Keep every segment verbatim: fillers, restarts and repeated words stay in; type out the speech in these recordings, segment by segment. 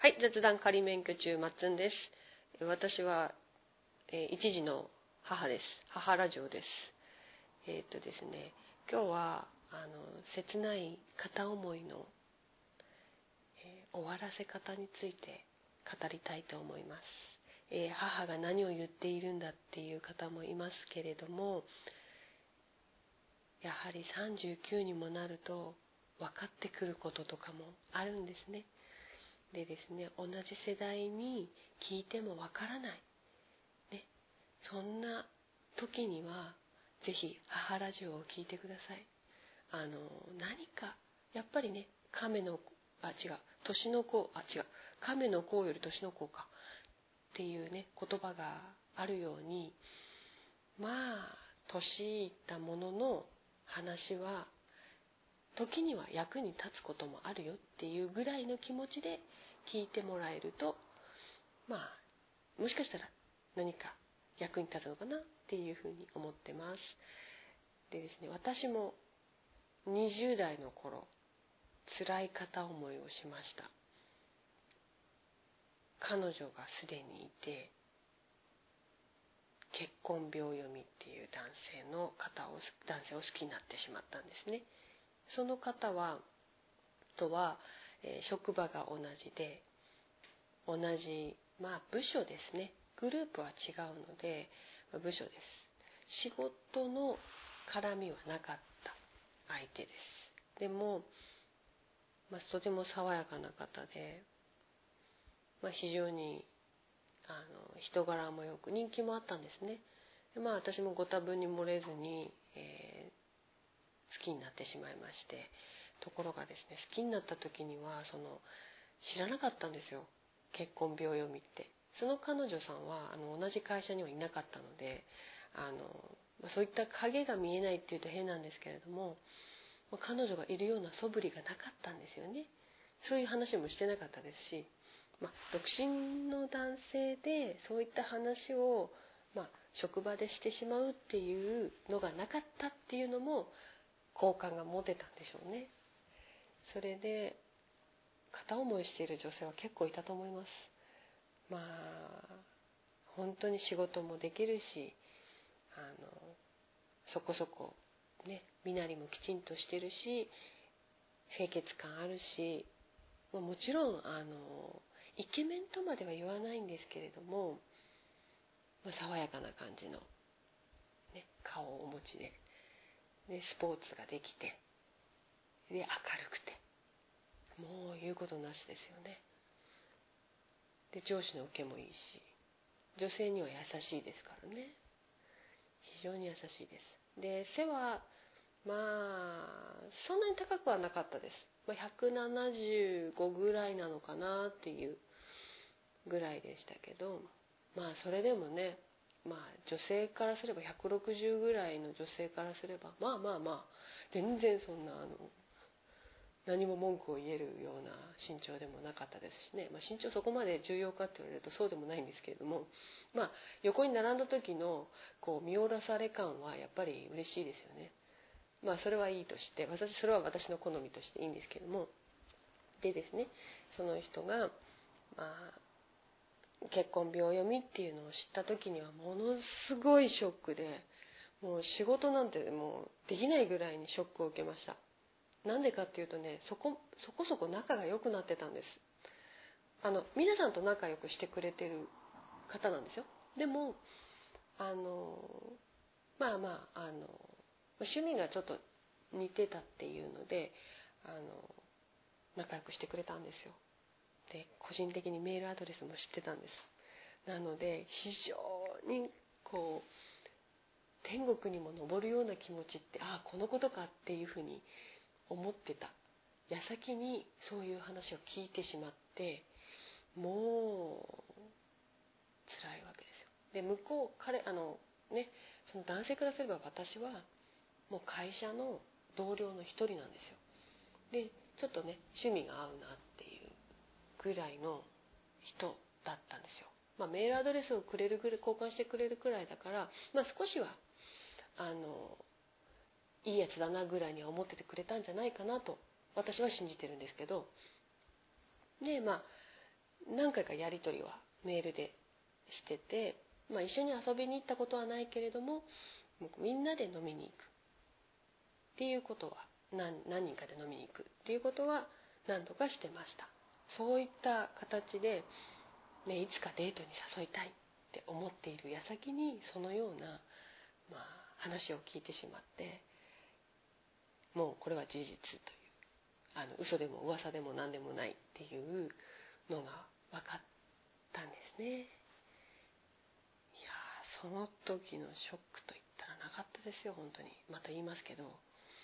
はい、雑談仮免許中、まっつんです。私は、えー、一児の母です。母ラジオです。えっとですね、今日はあの切ない片思いの、えー、終わらせ方について語りたいと思います。えー、母が何を言っているんだっていう方もいますけれども、やはりさんじゅうきゅうにもなると分かってくることとかもあるんですね。でですね、同じ世代に聞いてもわからない、ね、そんな時にはぜひ母ラジオを聞いてください。あの何かやっぱりね、亀のあ違う年の子あ違う亀の甲より年の子かっていうね言葉があるように、まあ年いったものの話は時には役に立つこともあるよっていうぐらいの気持ちで聞いてもらえると、まあもしかしたら何か役に立つのかなっていうふうに思ってます。でですね、私もにじゅう代の頃辛い片思いをしました。彼女がすでにいて、結婚秒読みっていう男性の方を男性を好きになってしまったんですね。その方はとは、えー、職場が同じで、同じ、まあ、部署ですね。グループは違うので、まあ、部署です。仕事の絡みはなかった相手です。でも、まあ、とても爽やかな方で、まあ、非常にあの人柄もよく人気もあったんですね。で、まあ、私もご多分に漏れずに、えー、好きになってしまいまして、ところがですね、好きになった時にはその知らなかったんですよ、結婚秒読みって。その彼女さんはあの同じ会社にはいなかったので、あのそういった影が見えないっていうと変なんですけれども、彼女がいるような素振りがなかったんですよね。そういう話もしてなかったですし、まあ、独身の男性でそういった話を、まあ、職場でしてしまうっていうのがなかったっていうのも好感が持てたんでしょうね。それで片思いしている女性は結構いたと思います。まあ本当に仕事もできるし、あのそこそこね身なりもきちんとしてるし、清潔感あるし、まあ、もちろんあのイケメンとまでは言わないんですけれども、まあ、爽やかな感じの、ね、顔をお持ちで、でスポーツができて、で明るくて、もう言うことなしですよね。で上司の受けもいいし、女性には優しいですからね。非常に優しいです。で背はまあそんなに高くはなかったです。まあ、ひゃくななじゅうごぐらいなのかなっていうぐらいでしたけど、まあそれでもね、まあ女性からすればひゃくろくじゅうぐらいの女性からすれば、まあまあまあ全然そんなあの何も文句を言えるような身長でもなかったですしね、まあ、身長そこまで重要かって言われるとそうでもないんですけれども、まあ横に並んだ時のこう見下ろされ感はやっぱり嬉しいですよね。まあそれはいいとして、私それは私の好みとしていいんですけれども、でですね、その人がまあ結婚秒読みっていうのを知った時にはものすごいショックで、もう仕事なんてもうできないぐらいにショックを受けました。なんでかっていうとね、そこそこそこ仲が良くなってたんです。あの皆さんと仲良くしてくれてる方なんですよ。でもあのまあまああの趣味がちょっと似てたっていうので、あの仲良くしてくれたんですよ。で個人的にメールアドレスも知ってたんです。なので非常にこう天国にも昇るような気持ちって、ああこのことかっていうふうに思ってた矢先にそういう話を聞いてしまって、もう辛いわけですよ。で向こう彼あのねその男性からすれば私はもう会社の同僚の一人なんですよ。でちょっとね趣味が合うなっていうぐらいの人だったんですよ。まあ、メールアドレスをくれるぐらい交換してくれるくらいだから、まあ、少しはあのいいやつだなぐらいには思っててくれたんじゃないかなと私は信じてるんですけど、でまあ何回かやり取りはメールでしてて、まあ、一緒に遊びに行ったことはないけれども、みんなで飲みに行くっていうことは、 何, 何人かで飲みに行くっていうことは何度かしてました。そういった形で、ね、いつかデートに誘いたいって思っている矢先にそのような、まあ、話を聞いてしまって、もうこれは事実という、あの嘘でも噂でも何でもないっていうのが分かったんですね。いやその時のショックといったらなかったですよ、本当に。また言いますけど、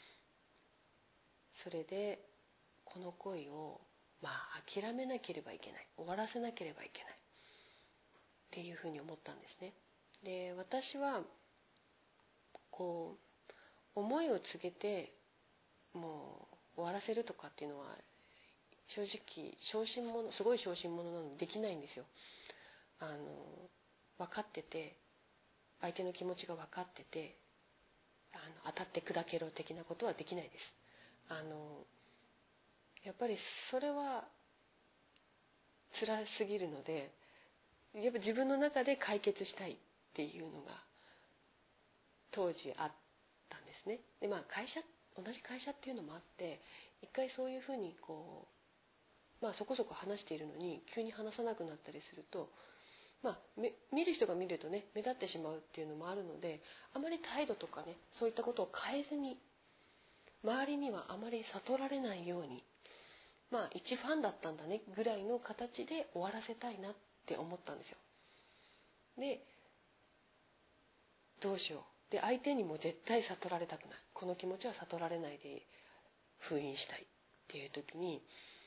それでこの恋を、まあ、諦めなければいけない、終わらせなければいけないっていうふうに思ったんですね。で、私はこう思いを告げてもう終わらせるとかっていうのは正直小心者、すごい小心者なのでできないんですよ。あの分かってて、相手の気持ちが分かってて、あの当たって砕けろ的なことはできないです。あのやっぱりそれは辛すぎるので、やっぱ自分の中で解決したいっていうのが当時あったんですね。で、まあ会社、同じ会社っていうのもあって、一回そういうふうにこう、まあそこそこ話しているのに急に話さなくなったりすると、まあ見る人が見るとね、目立ってしまうっていうのもあるので、あまり態度とかね、そういったことを変えずに、周りにはあまり悟られないように、まあ一ファンだったんだねぐらいの形で終わらせたいなって思ったんですよ。で、どうしよう。で、相手にも絶対悟られたくない。この気持ちは悟られないで封印したいっていう時に、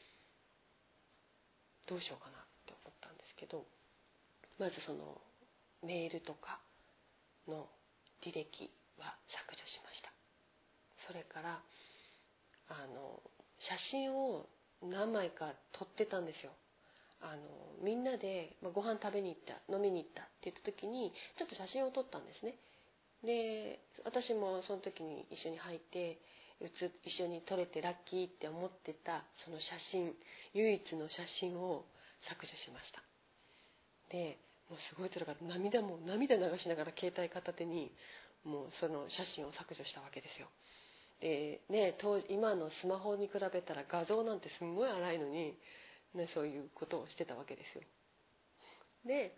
どうしようかなって思ったんですけど、まずそのメールとかの履歴は削除しました。それからあの写真を何枚か撮ってたんですよ。あのみんなで、まあ、ご飯食べに行った、飲みに行ったって言った時にちょっと写真を撮ったんですね。で、私もその時に一緒に入って一緒に撮れてラッキーって思ってたその写真、唯一の写真を削除しました。で、もうすごい辛かった。涙も涙流しながら携帯片手にもうその写真を削除したわけですよ。でね、当時今のスマホに比べたら画像なんてすごい荒いのに、ね、そういうことをしてたわけですよ。で、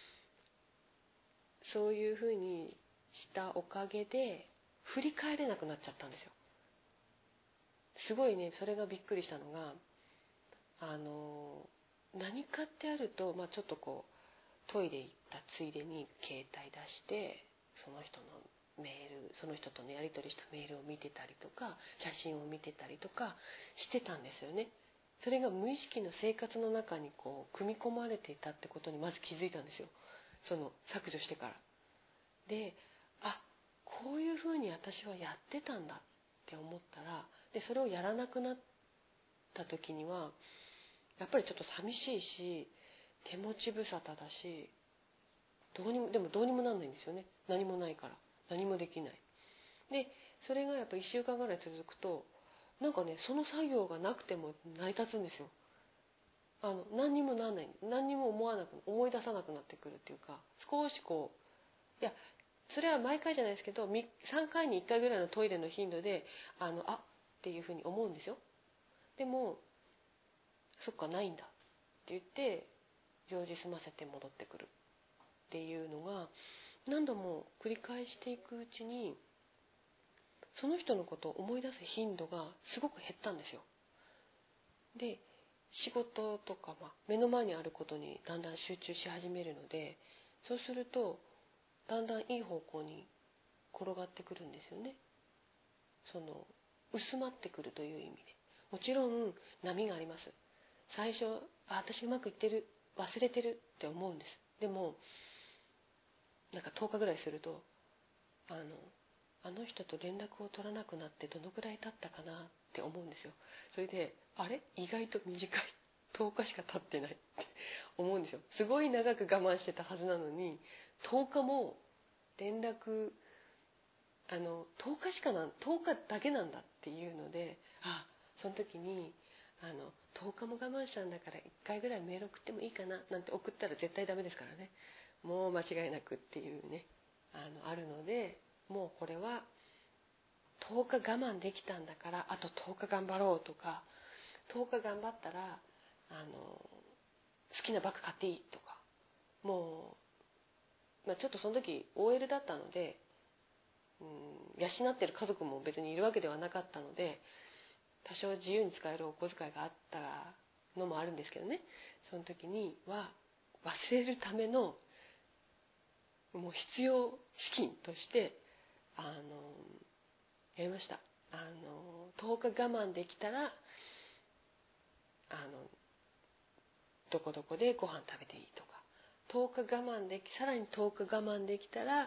そういうふうにしたおかげで振り返れなくなっちゃったんですよ。すごいね、それがびっくりしたのが、あの何かってあると、まあ、ちょっとこうトイレ行ったついでに携帯出してその人のメール、その人とのやり取りしたメールを見てたりとか、写真を見てたりとかしてたんですよね。それが無意識の生活の中にこう組み込まれていたってことにまず気づいたんですよ。その削除してから。で、あ、こういうふうに私はやってたんだって思ったら、でそれをやらなくなった時にはやっぱりちょっと寂しいし、手持ち無沙汰だし、どうにもでもどうにもなんないんですよね。何もないから何もできない。でそれがやっぱいっしゅうかんぐらい続くと、なんかね、その作業がなくても成り立つんですよ。あの何にもなんない、何にも思わなく思い出さなくなってくるっていうか、少しこう、いやそれは毎回じゃないですけど、さんかいにいっかいぐらいのトイレの頻度であのあっていうふうに思うんですよ。でもそっか、ないんだって言って用事済ませて戻ってくるっていうのが何度も繰り返していくうちに、その人のことを思い出す頻度がすごく減ったんですよ。で、仕事とか、まあ、目の前にあることにだんだん集中し始めるので、そうするとだんだんいい方向に転がってくるんですよね。その薄まってくるという意味で。もちろん波があります。最初、あ、私うまくいってる、忘れてるって思うんです。でもなんかとおかぐらいすると、あのあの人と連絡を取らなくなってどのくらい経ったかなって思うんですよ。それで、あれ意外と短い、とおかしか経ってないって思うんですよ。すごい長く我慢してたはずなのにとおかも連絡、あのとおかしかなんとおかだけなんだっていうので、あ、その時にあのとおかも我慢したんだからいっかいぐらいメール送ってもいいかななんて送ったら絶対ダメですからね。もう間違いなくっていうね、あのあるので、もうこれはとおか我慢できたんだからあととおか頑張ろうとか、とおか頑張ったらあの好きなバッグ買っていいとか、もう、まあ、ちょっとその時 オーエル だったので、うん、養ってる家族も別にいるわけではなかったので、多少自由に使えるお小遣いがあったのもあるんですけどね、その時には忘れるためのもう必要資金としてあのやりました。あのとおか我慢できたらあのどこどこでご飯食べていいとか、とおか我慢できさらにとおか我慢できたらあの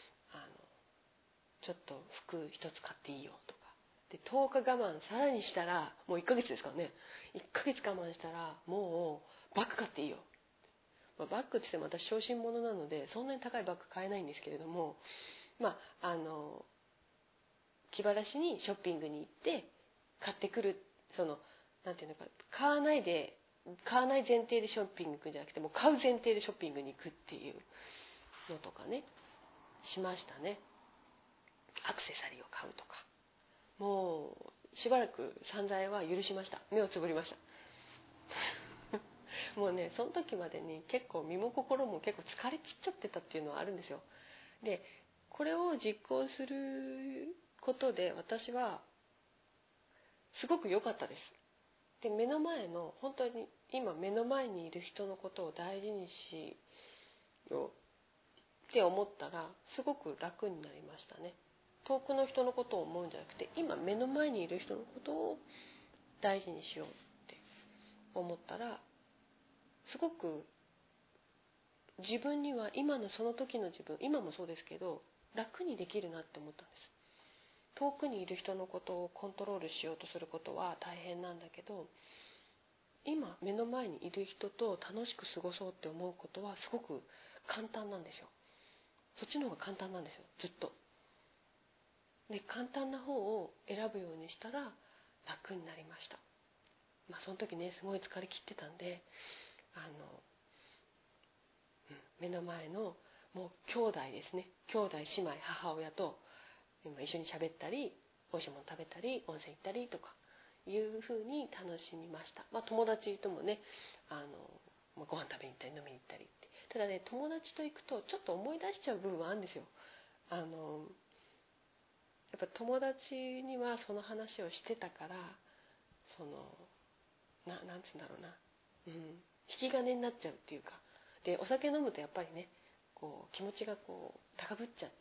ちょっと服一つ買っていいよとかで、とおか我慢さらにしたらもういっかげつですからね、いっかげつ我慢したらもうバッグ買っていいよ、まあ、バッグって言っても私小心者なのでそんなに高いバッグ買えないんですけれども、まああの気晴らしにショッピングに行って買ってくる、そのなんていうのか、買わないで買わない前提でショッピング行くんじゃなくてもう買う前提でショッピングに行くっていうのとかねしましたね。アクセサリーを買うとか、もうしばらく散財は許しました。目をつぶりましたもうねその時までに結構身も心も結構疲れ切っちゃってたっていうのはあるんですよ。でこれを実行することで私はすごく良かったです。で目の前の本当に今目の前にいる人のことを大事にしようって思ったらすごく楽になりましたね。遠くの人のことを思うんじゃなくて今目の前にいる人のことを大事にしようって思ったらすごく自分には今のその時の自分、今もそうですけど楽にできるなって思ったんです。遠くにいる人のことをコントロールしようとすることは大変なんだけど、今目の前にいる人と楽しく過ごそうって思うことはすごく簡単なんですよ。そっちの方が簡単なんですよ、ずっと。で簡単な方を選ぶようにしたら楽になりました。まあその時ねすごい疲れ切ってたんで、あの、うん、目の前のもう兄弟ですね、兄弟姉妹母親と今一緒に喋ったりおいしいもの食べたり温泉行ったりとかいうふうに楽しみました。まあ友達ともねあのご飯食べに行ったり飲みに行ったりって、ただね友達と行くとちょっと思い出しちゃう部分はあるんですよ。あのやっぱ友達にはその話をしてたから、そのななんつうんだろうな、うん、引き金になっちゃうっていうか、でお酒飲むとやっぱりねこう気持ちがこう高ぶっちゃって、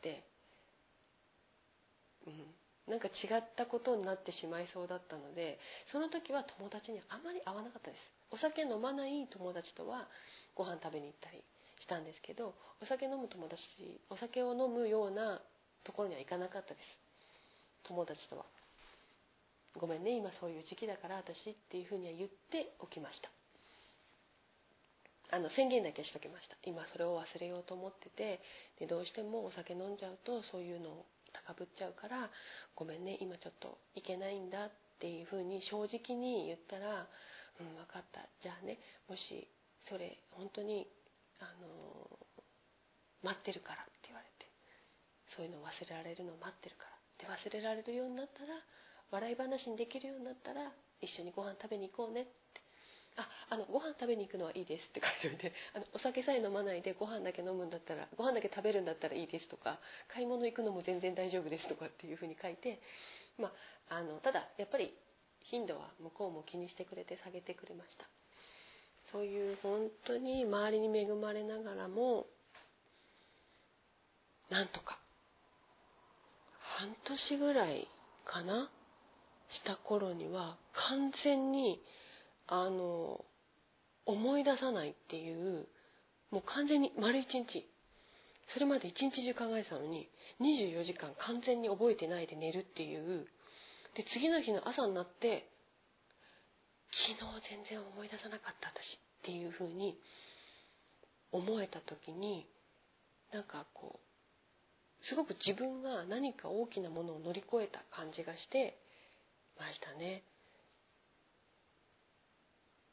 うん、なんか違ったことになってしまいそうだったので、その時は友達にあまり会わなかったです。お酒飲まない友達とはご飯食べに行ったりしたんですけど、お酒飲む友達、お酒を飲むようなところには行かなかったです、友達とは。ごめんね今そういう時期だから私っていうふうには言っておきました。あの宣言だけしときました。今それを忘れようと思ってて、でどうしてもお酒飲んじゃうとそういうのを高ぶっちゃうからごめんね今ちょっといけないんだっていうふうに正直に言ったら、うん分かった、じゃあねもしそれ本当にあの待ってるからって言われて、そういうの忘れられるの待ってるからで、忘れられるようになったら笑い話にできるようになったら一緒にご飯食べに行こうねって、ああのご飯食べに行くのはいいですって書いておいて、あのお酒さえ飲まないでご飯だけ飲むんだったらご飯だけ食べるんだったらいいですとか、買い物行くのも全然大丈夫ですとかっていうふうに書いて、まあ、あのただやっぱり頻度は向こうも気にしてくれて下げてくれました。そういう本当に周りに恵まれながらもなんとか半年ぐらいかなした頃には完全にあの思い出さないっていう、もう完全に丸一日、それまで一日中考えてたのににじゅうよじかん完全に覚えてないで寝るっていう。で次の日の朝になって昨日全然思い出さなかった私っていうふうに思えた時に、なんかこうすごく自分が何か大きなものを乗り越えた感じがしてましたね。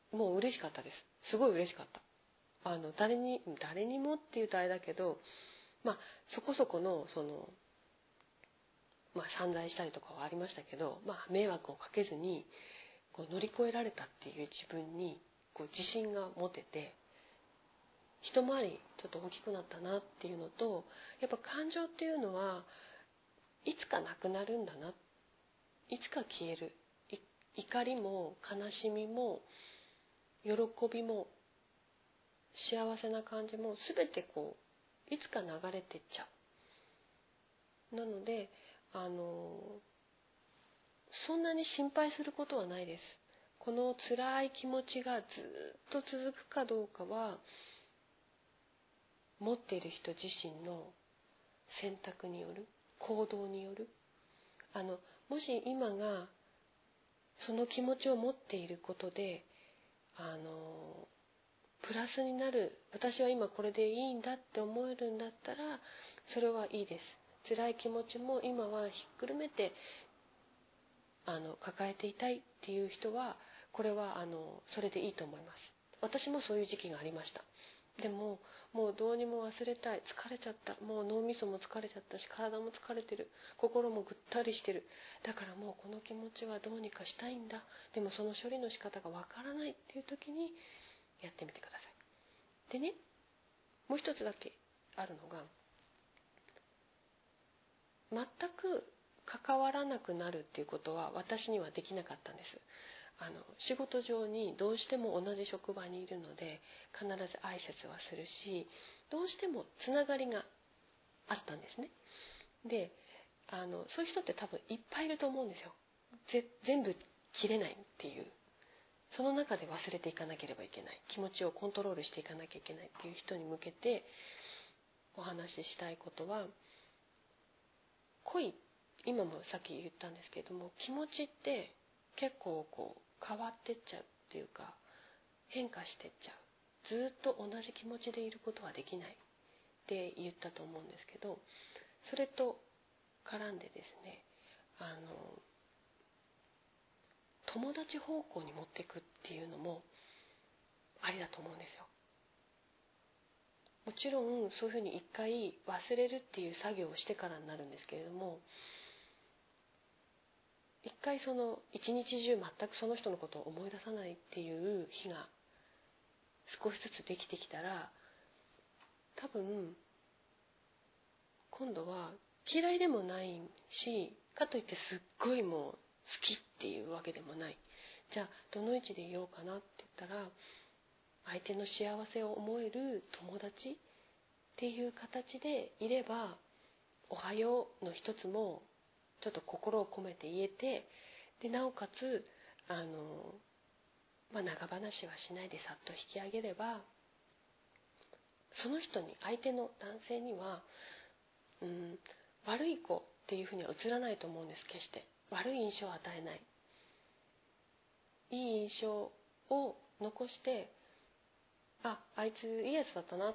もう嬉しかったです。すごい嬉しかった。あの誰に誰にもっていうとあれだけど、まあそこそこのそのまあ散財したりとかはありましたけど、まあ迷惑をかけずにこう乗り越えられたっていう自分にこう自信が持てて、一回りちょっと大きくなったなっていうのと、やっぱ感情っていうのはいつかなくなるんだな、いつか消える。怒りも悲しみも喜びも幸せな感じも全てこういつか流れてっちゃう。なのであのそんなに心配することはないです。この辛い気持ちがずっと続くかどうかは持っている人自身の選択による、行動による。あのもし今がその気持ちを持っていることであのプラスになる、私は今これでいいんだって思えるんだったらそれはいいです。辛い気持ちも今はひっくるめてあの抱えていたいっていう人はこれはあのそれでいいと思います。私もそういう時期がありました。でももうどうにも忘れたい、疲れちゃった、もう脳みそも疲れちゃったし体も疲れてる、心もぐったりしてる、だからもうこの気持ちはどうにかしたいんだ、でもその処理の仕方がわからないっていう時にやってみてください。でね、もう一つだけあるのが、全く関わらなくなるっていうことは私にはできなかったんです。あの仕事上にどうしても同じ職場にいるので必ず挨拶はするし、どうしてもつながりがあったんですね。であのそういう人って多分いっぱいいると思うんですよ。ぜ全部切れないっていう、その中で忘れていかなければいけない、気持ちをコントロールしていかなきゃいけないっていう人に向けてお話ししたいことは、恋、今もさっき言ったんですけれども、気持ちって結構こう変わってっちゃうっていうか変化してっちゃう。ずっと同じ気持ちでいることはできないって言ったと思うんですけど、それと絡んでですね、あの友達方向に持っていくっていうのもありだと思うんですよ。もちろんそういうふうに一回忘れるっていう作業をしてからになるんですけれども、一回その一日中全くその人のことを思い出さないっていう日が少しずつできてきたら、多分今度は嫌いでもないし、かといってすっごいもう好きっていうわけでもない。じゃあどの位置でいようかなって言ったら、相手の幸せを思える友達っていう形でいれば、おはようの一つもちょっと心を込めて言えて、でなおかつあの、まあ、長話はしないでさっと引き上げれば、その人に、相手の男性にはうん、悪い子っていうふうには映らないと思うんです。決して悪い印象を与えない、いい印象を残して、あ、あいついいやつだったなって、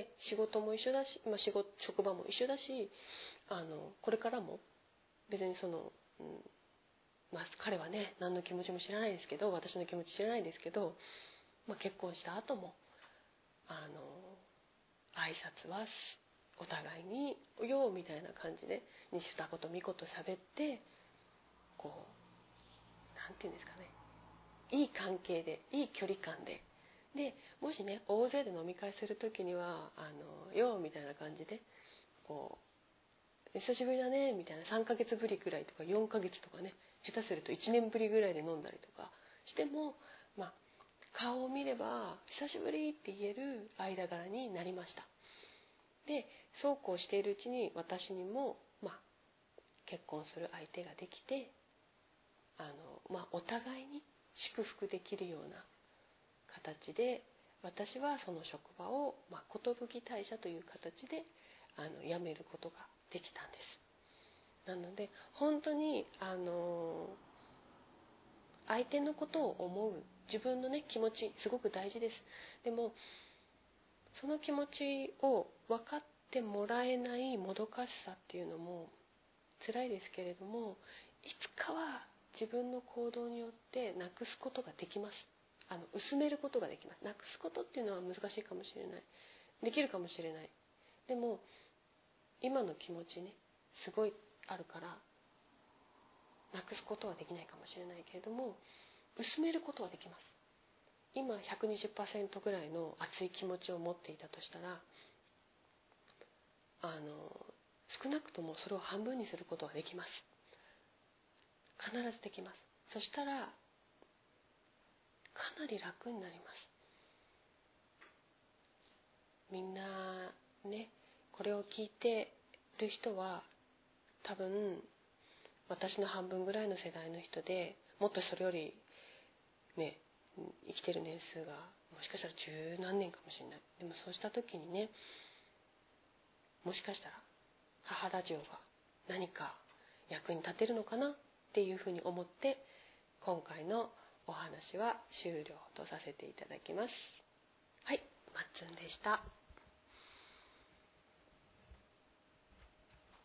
仕事も一緒だし、まあ、仕事職場も一緒だし、あのこれからも別にその、うんまあ、彼はね何の気持ちも知らないですけど、私の気持ち知らないですけど、まあ、結婚した後もあの挨拶はお互いに「よう」みたいな感じでにしたことみこと喋って、こうなんていうんですかね、いい関係で、いい距離感で、でもしね大勢で飲み会する時には「あのよう」みたいな感じで、こう久しぶりだねみたいな、さんかげつぶりぐらいとかよんかげつとかね、下手するといちねんぶりぐらいで飲んだりとかしても、まあ顔を見れば久しぶりって言える間柄になりました。でそうこうしているうちに私にも、まあ、結婚する相手ができて、あの、まあ、お互いに祝福できるような形で、私はその職場を、まあ、寿退社という形であの辞めることができたんです。なので本当にあの相手のことを思う自分のね気持ちすごく大事です。でもその気持ちを分かってもらえないもどかしさっていうのも辛いですけれども、いつかは自分の行動によってなくすことができます。あの薄めることができます。なくすことっていうのは難しいかもしれない、できるかもしれない。でも今の気持ちねすごいあるからなくすことはできないかもしれないけれども、薄めることはできます。今 ひゃくにじゅっパーセント ぐらいの熱い気持ちを持っていたとしたら、あの少なくともそれを半分にすることはできます。必ずできます。そしたらかなり楽になります。みんなね、これを聞いてる人は多分私の半分ぐらいの世代の人で、もっとそれよりね生きてる年数がもしかしたら十何年かもしれない。でもそうした時にね、もしかしたら母ラジオが何か役に立てるのかなっていうふうに思って今回のお話は終了とさせていただきます。はい、まっつんでした。